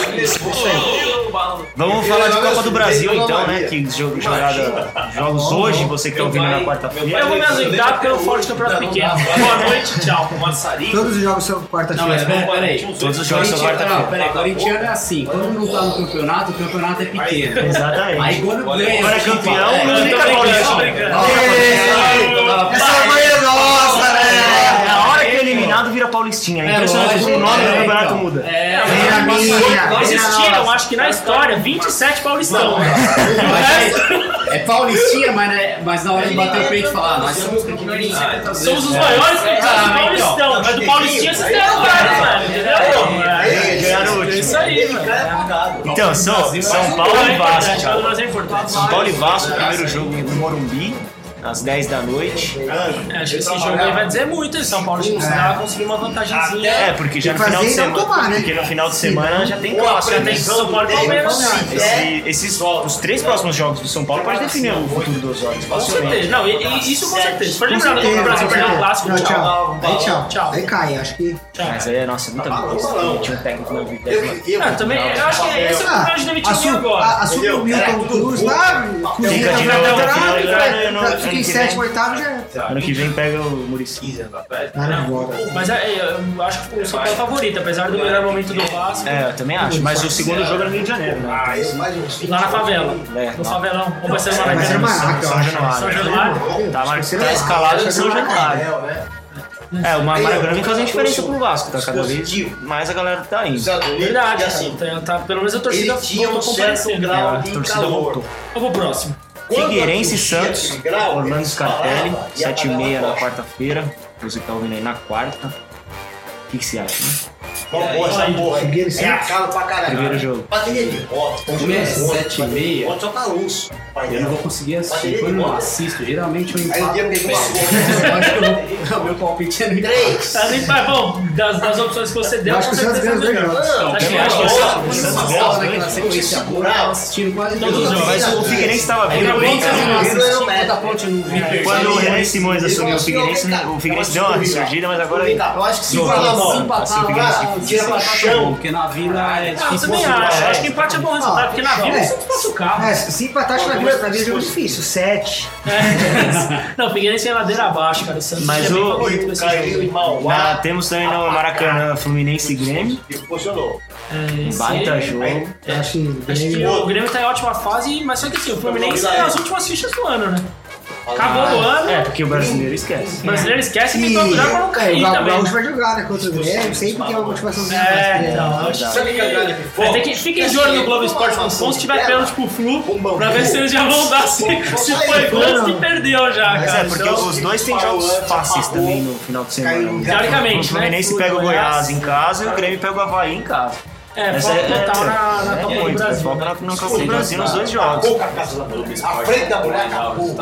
Vamos falar de Copa do Brasil então, né? Que jogos hoje, você que tá ouvindo na quarta-feira. Eu vou me ausentar porque eu não falo de campeonato pequeno. Boa noite, tchau. Todos os jogos são quarta-feira. Peraí. Todos os jogos são quarta-feira. Peraí, corintiano é assim, quando não tá no campeonato, o campeonato é pequeno. Exatamente. Aí quando ganha, Agora é campeão, não Eu fica tô paulista. brincando. Essa mãe é nossa, né? Na hora que é eliminado, vira paulistinha. É impressionante como o nome do campeonato muda. Existiram, acho que na história, 27 paulistão. é paulistinha, mas na hora de bater o peito e falar, nós somos Somos os maiores campeões do paulistão. Mas do paulistinha vocês deram vários, velho. Entendeu? Ganharam o último. É isso aí, mano. Então, São Paulo e Vasco. São Paulo e Vasco, primeiro jogo no Morumbi, às 10 da noite. Acho que esse jogo aí vai dizer muito em São Paulo. Se precisar conseguir uma vantagenzinha. Porque já no final de semana. Porque no final de semana já tem clássico. Já tem São Paulo e Palmeiras. Os 3 próximos jogos do São Paulo podem definir o futuro dos olhos. Com certeza. Não, isso com certeza. Se for lembrar do Copa do Brasil perder o clássico, tchau. Aí tchau. Aí cai, acho que. Mas aí, nossa, muita burrice. Tinha um técnico na vida. Eu acho que esse é o problema de demitir agora. Assume o Milton Cruz lá, cozinha fica em sétimo, oitavo já é. Ano que vem pega o Muricy. Mas eu acho que o São Paulo é favorito, apesar do melhor momento do Vasco. Eu também acho. Mas o segundo jogo é no Rio de Janeiro, né? Lá na favela. No favelão. Ou vai ser no Maracanã? São Januário. Tá escalado em São Januário. O Maracanã vem fazendo diferença pro Vasco, tá? Cada vez mais a galera tá indo. Verdade, assim. Pelo menos a torcida voltou comparecendo. A torcida voltou. Eu vou próximo. Figueirense e Santos, Orlando Scarpelli, 7h30 na quarta-feira. Você que tá ouvindo aí na quarta. O que você acha, né? Essa porra. Figueirense. É a cara pra caralho. Primeiro jogo. Bateria de moto. Começa 7h30. Pode soltar luz. Eu não vou conseguir assistir. Quando eu não assisto, geralmente eu Aí empato. o dia pegou uma Eu acho que o meu palpite é no 3. Bom, das opções que você deu, Eu acho com que o Santos certeza ganhou os dois jogos. Acho que naquela sequência boa, eu tava assistindo quase todos os jogos. Mas o Figueirense estava vindo bem. Quando o René Simões assumiu o Figueirense deu uma ressurgida, mas agora Eu acho que se for na mão, tira pra chão, porque na Vila é Eu difícil. também acho. Acho que empate é bom resultado, porque na vida você passa o carro. Se empatar, acho que na vida é jogo difícil. 7. Não, o Figueirense é ladeira abaixo, cara. O Santos Mas é bem favorito pra esse jogo. temos também no Maracanã Fluminense e Grêmio. funcionou. Baita jogo. Acho que Acho que o Grêmio tá em ótima fase, mas só que assim, o Fluminense é as últimas fichas do ano, né? Acabou o ano. É, porque o brasileiro esquece. O brasileiro esquece e tem que cuidar pra não cair o também. Gaúcho vai jogar, né? Contra o Grêmio, sempre tem uma motivação. Sabe que a galera que for? Fiquem de olho no Globoesporte.com se tiver pênalti pro Flu, pra ver se eles já vão dar se foi gol se perdeu já, Mas cara. é, porque os dois têm jogos fáceis também no final de semana. Teoricamente, O Fluminense pega o Goiás em casa e o Grêmio pega o Avaí em casa. Foco total na Copa do muito, Brasil. foco na Copa do Brasil nos dois jogos. A frente da mulher acabou.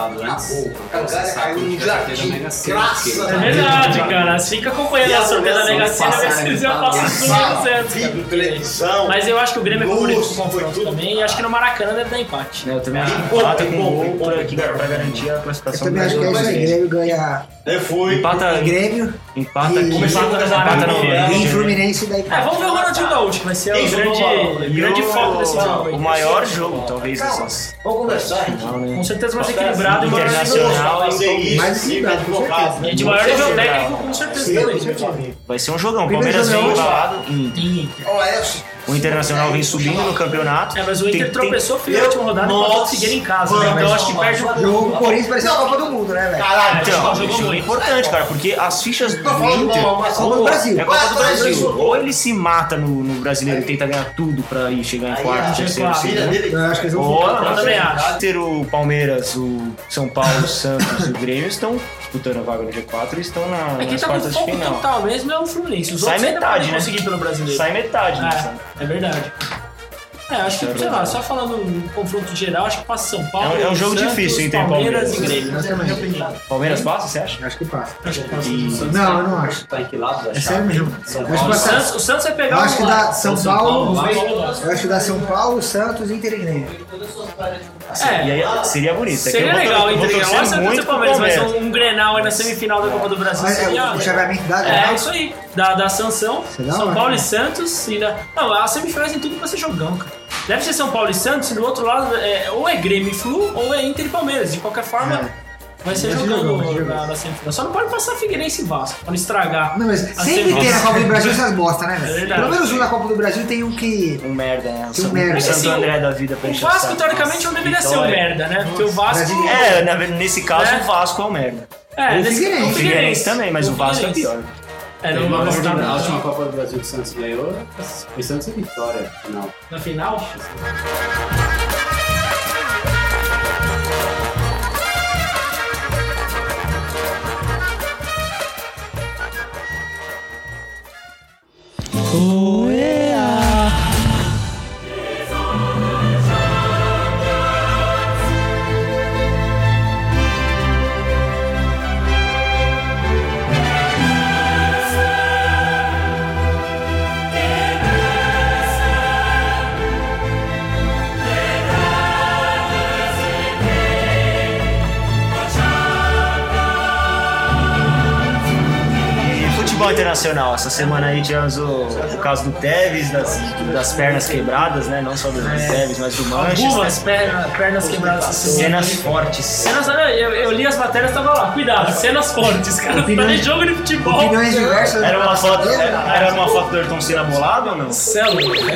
A galera caiu no jardim. Graças a É verdade, cara. Fica acompanhando a sorteio da Mega Sena e vê se eles iam passar os números certos. televisão. Mas eu acho que o Grêmio é favorito pro confronto também e acho que no Maracanã deve dar empate. Eu também acho que empata com gol pra garantir a Eu classificação. também acho que é isso aí. Grêmio ganha Eu fui. Empata Grêmio aqui, Empata no e Fluminense daí. vamos ver o Ronaldinho Gaúcho, que vai ser o grande foco desse jogo aí. o maior jogo, talvez, dessas. Vamos conversar, Com certeza mais equilibrado e maior Internacional Mais equilibrado, com certeza. E de maior nível técnico, com certeza também. Vai ser um jogão. O Primeiro Palmeiras jogo vem é hoje. embalado. O Internacional vem subindo no campeonato. Mas o Inter tropeçou feio na última rodada e botou o Figueira em casa, né? Então eu acho que perde um Jogou pouco. o Corinthians parecia a Copa do Mundo, né, velho? Caralho, Então, jogou jogo muito. importante, cara, porque as fichas do Inter Copa do Brasil. é Copa do Brasil. Ou ele se mata no Brasileiro e tenta ganhar tudo pra ir chegar em quarto, terceiro, segundo. Eu acho que eles vão Ou Eu também acho. ter o Palmeiras, o São Paulo, o Santos e o Grêmio estão disputando a vaga no G4 e estão Quem nas tá com quartas de foco final. total mesmo é o Fluminense. Os Sai outros ainda metade, podem né? conseguir pelo brasileiro. Sai metade, né? É verdade. Acho que, sei lá, só falando em confronto geral, acho que passa São Paulo. É um jogo Santos, difícil, Inter e Palmeiras Palmeiras. e Grêmio, na minha opinião. Palmeiras passa, você acha? Acho que passa. Acho que passa. Não, eu não acho. Tá em que lado da É sério mesmo. São Eu acho que O passa. Santos vai pegar Eu acho que dá São Paulo. Paulo. Eu acho que dá São Paulo, Santos, Inter e Grêmio. E aí seria bonito. Seria legal, Inter e torcer Grêmio. muito Olha o Palmeiras, vai ser Palmeiras. um Grenal aí na semifinal da Copa do Brasil. Mas Seria... o chaveamento dá, É né? isso aí, da Sansão, Será, São mano? Paulo e Santos. Não, as semifinais tem tudo pra ser jogão, cara. Deve ser São Paulo e Santos, e do outro lado ou é Grêmio e Flu, ou é Inter e Palmeiras. De qualquer forma, vai ser jogando na semifinal. Só não pode passar Figueirense e Vasco, pra não estragar. Não, mas a sempre semifinal. tem na Copa do Brasil essas bosta, né, É velho? verdade. Pelo menos um na Copa do Brasil tem um que. Um merda, né? Um merda. O Santo Assim, André da vida pra O encher o Vasco, saco. teoricamente, não deveria ser um merda, né? Porque o Vasco... Nesse caso, É. o Vasco é o merda. É, O Figueirense. O Figueirense também, mas o Vasco é pior. A última Copa do Brasil que o Santos ganhou foi Santos e Vitória, final. Na final? Futebol internacional. Essa semana aí tivemos o caso do Tevez, das pernas quebradas, né? Não só do Tevez, mas do Manchester. Algumas pernas quebradas. Cenas fortes. Eu li as matérias e tava lá, cuidado, cenas fortes, cara. Tá nem jogo de futebol. Opiniões diversas. Era uma foto do Ayrton Senna bolado ou não? Céu,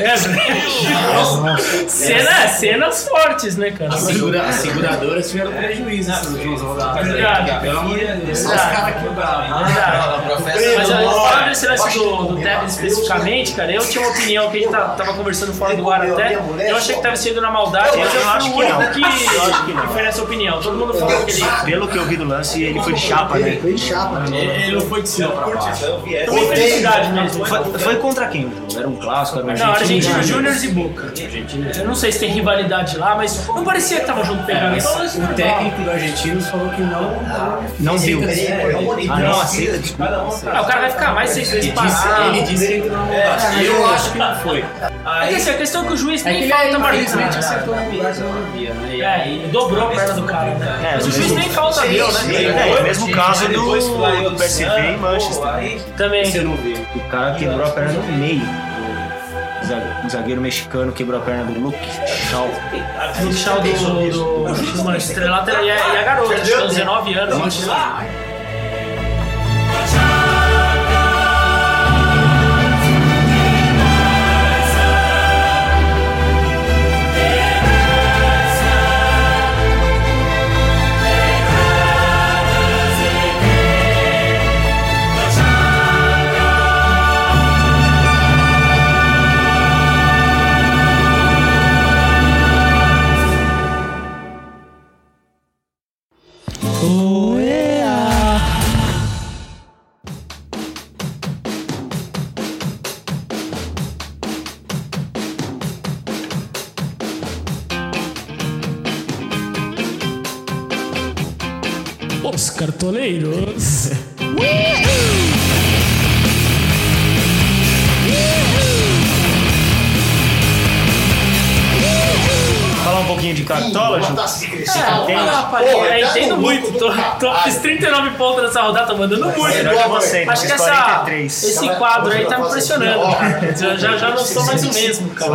cenas fortes, né, cara? As seguradoras tiveram prejuízo nessas últimas rodadas. Verdade. Pelo amor de Deus. Só os caras quebraram. Mas falando desse lance do Tevez especificamente, cara, eu tinha uma opinião que a gente tava conversando fora do ar até. Eu achei que tava sendo na maldade, mas eu acho que não. Que foi nessa opinião. Todo mundo falou que ele. Pelo que eu vi do lance, ele foi de chapa, né? Foi de chapa, né? Ele não foi de cima pra baixo. Foi infelicidade mesmo. Foi contra quem? Era um clássico, era um Não, Argentino Júnior e Boca. Eu não sei se tem rivalidade lá, mas não parecia que estavam junto pegando isso. O técnico do Argentino falou que não viu. Não aceita, desculpa. O cara vai ficar mais 6 vezes parado. Ele disse que não. Eu acho que não foi. É que assim, a questão é que o juiz nem falta marcou. Acertou no lugar, você não via, né? Ele dobrou a perna do cara, né? Mas o juiz nem falta deu, né? O mesmo caso do PSV em Manchester. Também. Você não viu. O cara quebrou a perna no meio. O zagueiro mexicano quebrou a perna do Luke Shaw. Luke Shaw do Manchester e a garota, acho que tem 19 anos. Os cartoleiros. Falar um pouquinho de cartola, Ju? Entendo muito. Fiz 39 pontos nessa rodada, tô mandando muito. Acho que esse quadro aí tá me impressionando, cara. Já não sou mais o mesmo, cara.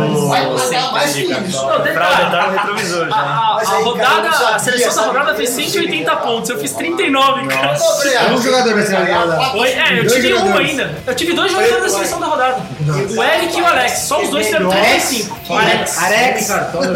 Fralda tá no retrovisor já. A seleção da rodada fez 180 pontos, eu fiz 39, cara. Um jogador vai ser rodada. Eu tive um ainda. Eu tive 2 jogadores da seleção da rodada. O Eric e o Alex. Só os dois fizeram 35. O Alex.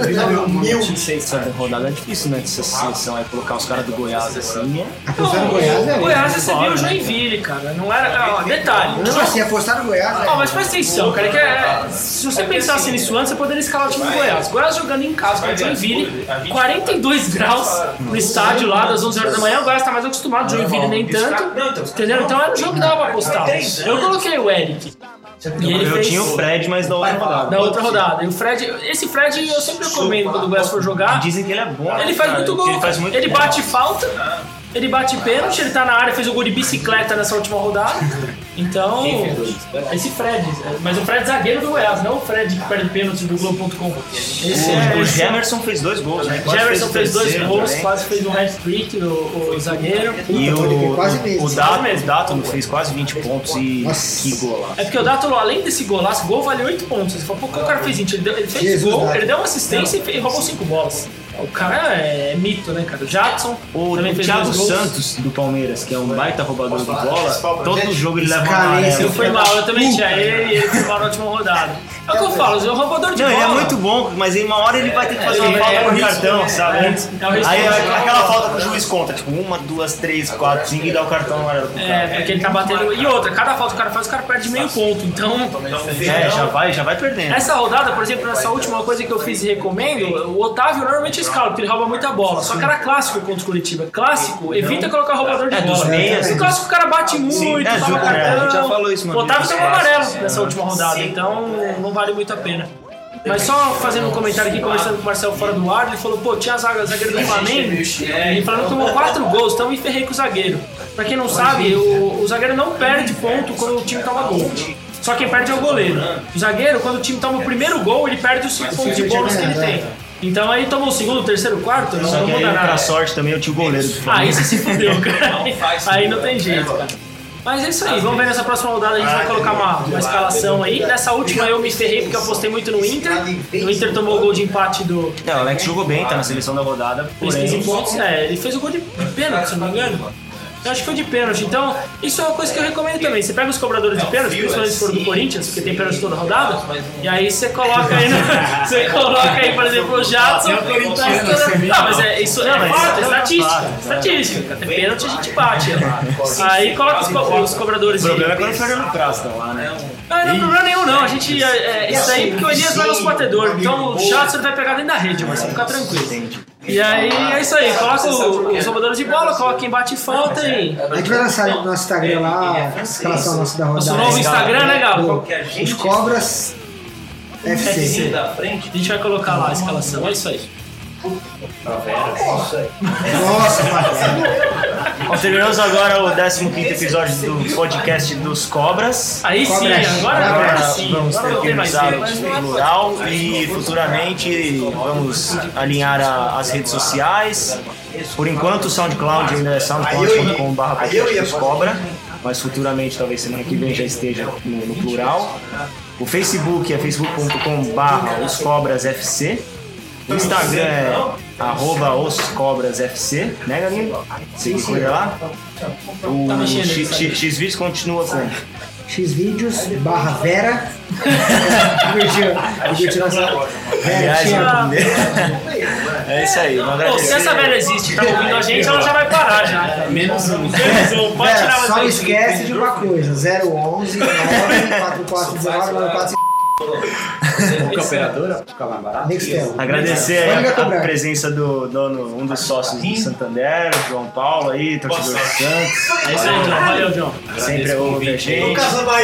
Essa rodada é difícil, né? Essa seleção aí, colocar os caras do Goiás assim. Apostar no Goiás é o Goiás recebeu o Joinville, cara. Não era. Detalhe. Não, assim, apostar no Goiás. Mas presta atenção, cara. Se você pensasse nisso antes, você poderia escalar o time do Goiás. Goiás jogando em casa com o Joinville, 42 graus no estádio lá das 11 horas da manhã. O Goiás tá mais acostumado, o Joinville nem tanto. Entendeu? Então era um jogo que dava pra apostar. Eu coloquei o Eric. Eu tinha o Fred, mas da outra rodada. Da outra rodada. E o Fred, esse Fred eu sempre recomendo quando o Goiás for jogar. Dizem que ele é bom. Ele faz muito gol. Ele bate falta. Ele bate pênalti, ele tá na área, fez o gol de bicicleta nessa última rodada. Então, esse Fred, mas o Fred zagueiro do Goiás, não o Fred que perde pênalti do Globo.com. O Gemerson fez 2 gols, né? Gemerson fez 2 gols, quase fez um hat-trick, o zagueiro. E o Dátulo fez quase 20 pontos e que golaço. É porque o Dátulo, além desse golaço, gol vale 8 pontos. Você fala, pô, o cara fez 20? Ele fez gol, ele deu uma assistência e roubou 5 bolas. O cara é mito, né, cara? O Jackson. O Thiago Santos do Palmeiras, que é um baita roubador de bola, todo jogo ele leva uma amarela. Eu fui mal, eu também tinha ele e ele foi mal na última rodada. É o que eu falo, o roubador de bola. Ele é muito bom, mas em uma hora ele vai ter que fazer uma falta por cartão, sabe? Aí aquela falta que o juiz conta, tipo 1, 2, 3, 4, 5 e dá o cartão amarelo pro cara. Porque ele tá batendo. E outra, cada falta que o cara faz, o cara perde meio ponto. Então. Já vai perdendo. Essa rodada, por exemplo, nessa última coisa que eu fiz e recomendo, o Otávio normalmente escala, porque ele rouba muita bola. Só que era clássico contra o Curitiba. Clássico, evita colocar roubador de bola. No clássico o cara bate muito, toma cartão. A gente já falou isso, mano. O Otávio tomou amarelo nessa última rodada, então não vale muito a pena. Mas só fazendo um comentário aqui, conversando com o Marcelo fora do ar, ele falou, pô, tinha zagueiro do Flamengo, ele falou que tomou 4 gols, então me ferrei com o zagueiro. Pra quem não sabe, o zagueiro não perde ponto quando o time toma gol. Só quem perde é o goleiro. O zagueiro, quando o time toma o primeiro gol, ele perde os 5 pontos de bônus que ele tem. Então aí tomou o segundo, o terceiro, o quarto, não muda nada. Pra sorte também eu tinha o goleiro do Flamengo. Aí você se fudeu, cara. Aí não tem jeito, cara. Mas é isso aí, vamos ver nessa próxima rodada, a gente vai colocar uma escalação aí. Nessa última eu me ferrei porque eu apostei muito no Inter. O Inter tomou o gol de empate do... o Alex jogou bem, tá na seleção da rodada. Fez 15 pontos, ele fez o gol de pênalti, se não me engano. Eu acho que foi de pênalti. Então, isso é uma coisa que eu recomendo também. Você pega os cobradores de pênalti, principalmente se for do Corinthians, porque tem pênalti toda rodada, e aí você coloca aí, você coloca aí, por exemplo, o Jadson. Não, mas isso é fato, é estatística. Tem pênalti, a gente bate. Aí coloca os cobradores de pênalti. O problema é quando o Fernando Praz tá lá, né? Não é problema nenhum, não. A gente. Isso aí porque o Elias vai nos batedores. Então o Jadson vai pegar dentro da rede, mas você fica tranquilo. E aí é isso aí, coloca os roubadores de bola, coloca quem bate falta e. A gente vai lançar no nosso Instagram lá a escalação nossa da rodada. Nosso novo Instagram, né, Galo? Os Cobras FC. A gente vai colocar lá a escalação, é isso aí. Nossa, Terminamos agora o 15º episódio do podcast dos Cobras. Aí sim, agora sim. Vamos terminar o plural e futuramente vamos alinhar as redes sociais. Por enquanto o SoundCloud ainda é soundcloud.com/podcastdoscobra, mas futuramente, talvez semana que vem, já esteja no plural. O Facebook é facebook.com/oscobrasfc. O Instagram é @oscobrasfc, né, Galinha? Segue com ele lá. O Xvideos continua com Xvideos/Vera. É isso aí. Se essa velha existe, tá ouvindo a gente, ela já vai parar já. Menos um. Pode tirar só não esquece de uma coisa: 011 94419 94. Operadora, fica mais barato. Agradecer aí a presença do dono, um dos sócios do Santander, o João Paulo aí, torcedor do Santos. É isso aí, João. Valeu, João. Sempre ouve a gente.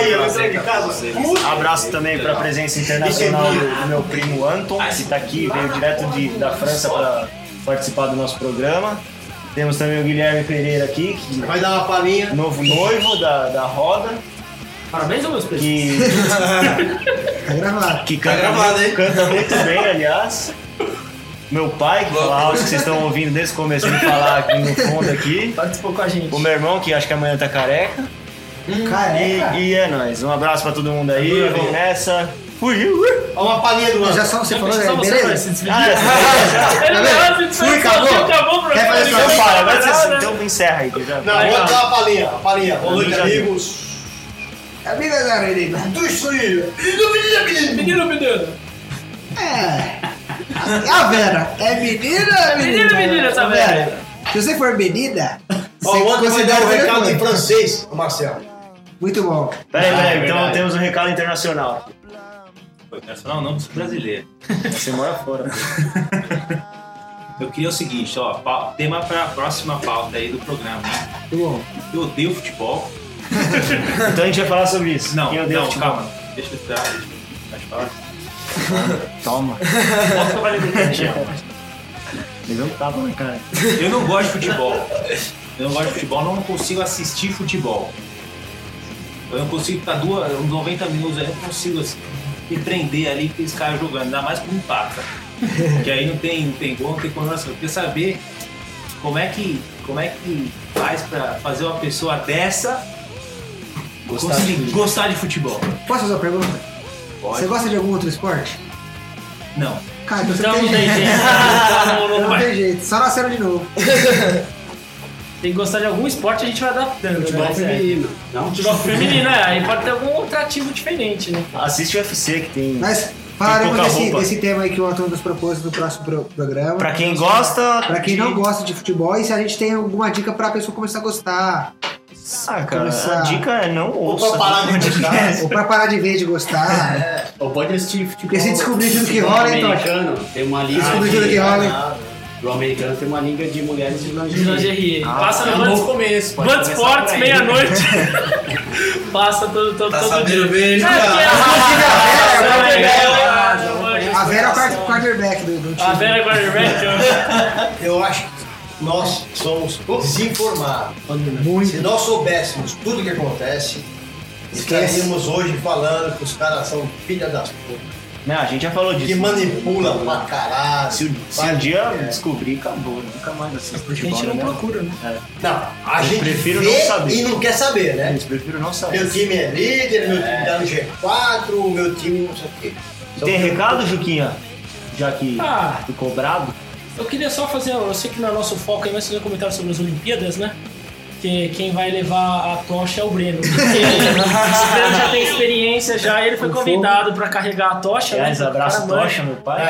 Abraço também para a presença internacional do meu primo Anton, que está aqui, veio direto da França para participar do nosso programa. Temos também o Guilherme Pereira aqui, que vai dar uma palhinha. Novo noivo da roda. Parabéns aos meus que tá gravado. Que canta muito bem, aliás. Meu pai, que fala algo que vocês estão ouvindo desde o começo de falar aqui no fundo aqui. Participou com a gente. O meu irmão, que acho que amanhã tá careca. E é nóis. Um abraço pra todo mundo aí. Vamos nessa. Fui. Olha uma palhinha do ano. Já só você falou, né? Beleza? Fui, acabou. Quer fazer só para? Agora então encerra aí. Não, vou dar uma palhinha. Boa noite, amigos. Amiga da menina. Menino. É. A Vera é menina? Menina, essa Vera. Se você for menina, você dá o recado em francês, Marcelo. Muito bom. Peraí, então temos um recado internacional. Internacional não, brasileiro. Você mora fora. Eu queria o seguinte, tema pra próxima pauta aí do programa. Muito bom. Eu odeio futebol. Então a gente vai falar sobre isso. Não, futebol. calma. Deixa eu falar. Toma. Posso que eu falei do que Mas não tava na cara. Eu não gosto de futebol. Não consigo assistir futebol. Eu não consigo ficar uns 90 minutos aí, eu não consigo me prender ali com esse cara jogando, ainda mais com um empata. Que aí não tem gol, não tem conotação. Eu queria saber como é que faz pra fazer uma pessoa dessa gostar de futebol. Posso fazer uma pergunta? Pode. Você gosta de algum outro esporte? Não. Cara, então não tem jeito. Não tem jeito, só nasceram de novo. Tem que gostar de algum esporte, a gente vai adaptando. Futebol feminino. Não? Futebol feminino, aí pode ter algum outro ativo diferente, né? Assiste o UFC que tem. Mas falaremos desse tema aí que o Antônio nos propôs no próximo programa. Pra quem gosta. Pra quem não gosta de futebol, e se a gente tem alguma dica pra pessoa começar a gostar. Cara, a dica é não ouça. Ou pra parar de gostar. Ou pra parar de ver, de gostar. Ou pode assistir futebol. Porque se descobrir tudo que rola, então. Tem uma liga. Descobrir tudo que rola. O americano tem uma liga de mulheres de lingerie. Passa no começo. Band Sports, meia-noite. Passa todo dia. Bem, a Vera é o quarterback do time. A Vera é quarterback? Eu acho que nós somos desinformados. Muito. Se nós soubéssemos tudo o que acontece, estaríamos hoje falando que os caras são filha das putas. Não, a gente já falou disso. Que manipula pra caralho. Se um dia descobrir, acabou. Nunca mais assiste futebol. A gente não procura, né? Não, a gente prefiro vê não saber. E não quer saber, né? Eu prefiro não saber. Meu time é líder, meu time tá no G4, o meu time não sei o quê. Tem recado, Juquinha? Já que ficou brabo? Eu queria só fazer, eu sei que não é nosso foco aí, mas fazer um comentário sobre as Olimpíadas, né? que quem vai levar a tocha é o Breno. Porque o Breno já tem experiência, já ele foi convidado pra carregar a tocha. Aliás, abraço tocha, meu pai.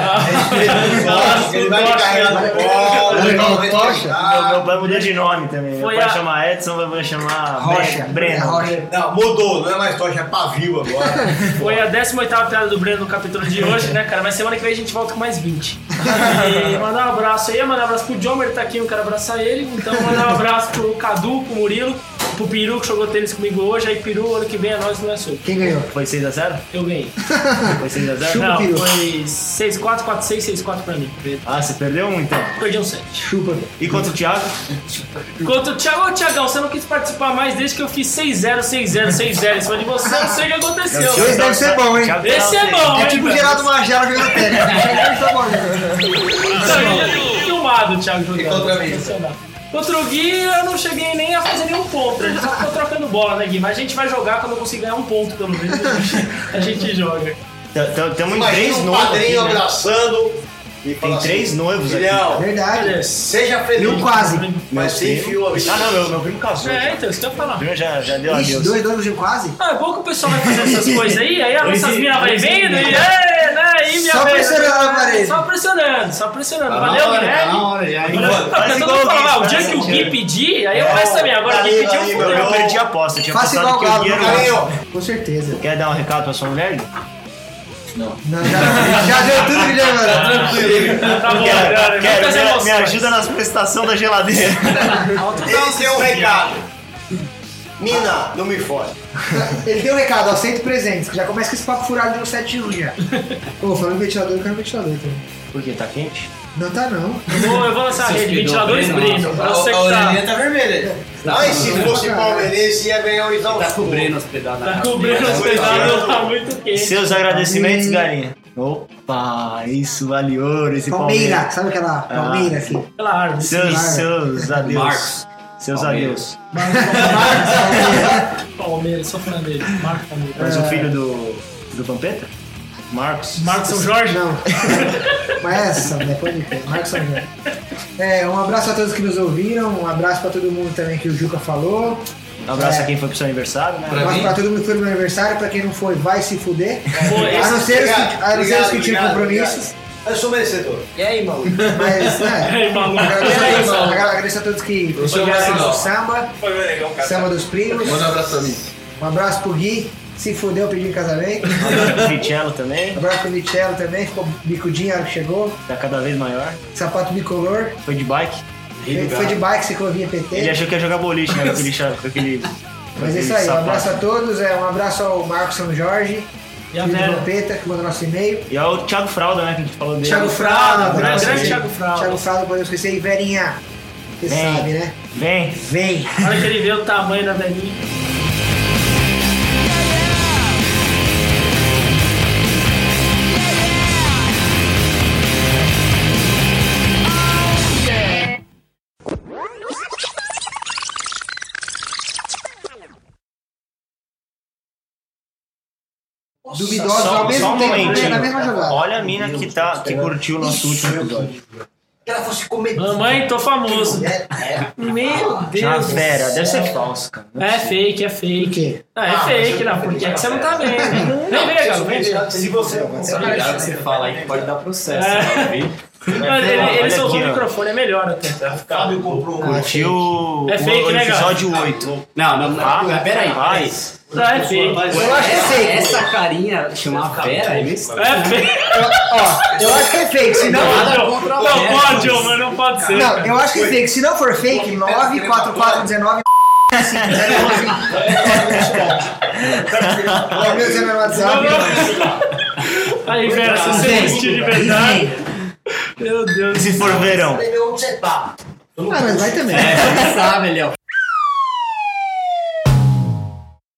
Ele vai carregar na bola. Meu pai mudou de nome também. Meu pai chama Edson, vai chamar Breno. Não, mudou, não é mais tocha, é pavio agora. Foi a 18ª piada do Breno no capítulo de hoje, né, cara? Mas semana que vem a gente volta com mais 20. E mandar um abraço aí, mandar um abraço pro John, ele tá aqui, eu quero abraçar ele. Então mandar um abraço pro Cadu, pro Murilo, pro Peru, que jogou tênis comigo hoje. Aí Peru, ano que vem é nós, não é sobre. Quem ganhou? Foi 6x0? Eu ganhei. Foi 6x0? Chupa, Não, Peru. foi 6-4, 4-6, 6-4 pra mim. Ah, você perdeu um então? Perdi um 7. Chupa. E contra o Thiago? Enquanto o Thiago, ô Thiagão, você não quis participar mais desde que eu fiz 6-0, 6-0, 6-0 em cima de você, não sei o que aconteceu. Esse deve ser bom, hein? Thiago Esse é bom, É hein, tipo o velho? Geraldo Magela jogando tênis. Deve ser bom, né? Não, eu já tenho filmado o Thiago jogando. contra mim? Sensacional. Contra o Gui, eu não cheguei nem a fazer nenhum ponto. A gente só ficou trocando bola, né, Gui? Mas a gente vai jogar quando eu conseguir ganhar um ponto, pelo menos. A gente joga. Temos Imagina três um noivos aqui, padrinho né? abraçando e Tem fala 3 noivos aqui. Filhão, Verdade. seja feliz. Eu quase. Mas sem fio a vida. Ah, não, meu primo casou. É, então, isso que eu ia falar. O primo já deu Ixi, adeus. 2 anos de quase? Ah, é bom que o pessoal vai fazer essas coisas aí as nossas minas vai vendo e né, aí minha Só vez. pressionando na parede. Só pressionando. Tá Valeu, na Guilherme. hora já. Faz Todo mundo igual fala, o o dia que o Gui pedir, aí eu peço também. Agora o Gui pediu, Eu fudeu. perdi a aposta. Eu tinha Faça apostado igual o que o Galo, Gui era o Carinho, Com certeza. Quer dar um recado pra sua mulher? Não, já deu tudo que já mandou. Tá bom, cara. Quero, me ajuda nas prestações da geladeira. esse é o recado. Mina, não me fode. Ele deu um recado, aceito presentes, que já começa com esse papo furado de 7 de junho já. Pô, falando em ventilador, eu quero um ventilador também. Por quê? Tá quente? Não tá não. Eu vou lançar a rede de ventiladores Breno. Pra você que tá. orelhinha tá vermelha. Ai, se fosse palmeirense ia ganhar o Tá exaustão. cobrindo hospedado na Tá cobrindo os pedaços, tá muito quente. Seus agradecimentos, galinha. Opa, isso vale ouro, esse Palmeira, sabe aquela palmeira aqui? Pela árvore. Seus adeus. Marcos. Seus adeus. Palmeiras, sou fã dele. Marcos Palmeiras. Mas o filho do Vampeta? Marcos. Marcos São Jorge? Não. Mas essa, depois de ter. Marcos São Jorge. Um abraço a todos que nos ouviram, um abraço pra todo mundo também que o Juca falou. Um abraço a quem foi pro seu aniversário, né? Um abraço pra todo mundo que foi no meu aniversário, pra quem não foi, vai se fuder. Foi. A não ser os que tinham obrigado, compromissos. Eu sou merecedor. E aí, maluco? Mas, Ei, maluco. agradeço a todos que fizeram o samba, Foi legal, cara. samba dos primos. Manda um abraço pra mim. Um abraço pro Gui, se fudeu pedindo casamento. Um abraço pro Vicello também. Um abraço pro Michelo também, ficou bicudinho a hora que chegou. Tá cada vez maior. Sapato bicolor. Foi de bike. Foi de bike, ciclovia PT. Ele achou que ia jogar boliche, né? Com aquele Mas é isso aí, um abraço a todos, um abraço ao Marcos São Jorge, E a filho do Vera. Vampeta, que mandou nosso e-mail. E ao Thiago Fralda, né? Que a gente falou dele. Thiago Fralda, grande Thiago Fralda. Thiago Fralda, podemos esquecer. E Verinha, você Vem. sabe, né? Vem. Vem. Na hora que ele vê o tamanho da velhinha. Duvidosos ao mesmo Só um tempo, momentinho. né? Na mesma jogada. Olha a mina que curtiu o nosso último episódio. Que ela fosse comer. Mamãe, tô famoso. Meu A Deus. Vera, deve ser falso, cara. É fake, é Por fake. quê? Ah, é fake, não. Porque é que você não tá vendo. Vem, vem, Galo, vem. Se você. Cuidado que você fala aí que pode dar processo, É. né, viu? Ele Olha soltou aqui, o ó. microfone, é melhor até. Fábio comprou um. Curtiu É fake, o né, episódio 8. Não, peraí. Rapaz, Não, é fake. Eu acho que é fake. Essa carinha chamar Vera é meio estranho. É fake. Ó, eu acho que é fake, se não... Não pode, mas não pode ser. Não, eu acho que é fake. Se não for fake, 94419 Ó, meu Zé no WhatsApp. Aí, Vera, se você assistir de verdade. Meu Deus. se for verão. Onde você tá? Ah, mas vai também. Você sabe ali, ó.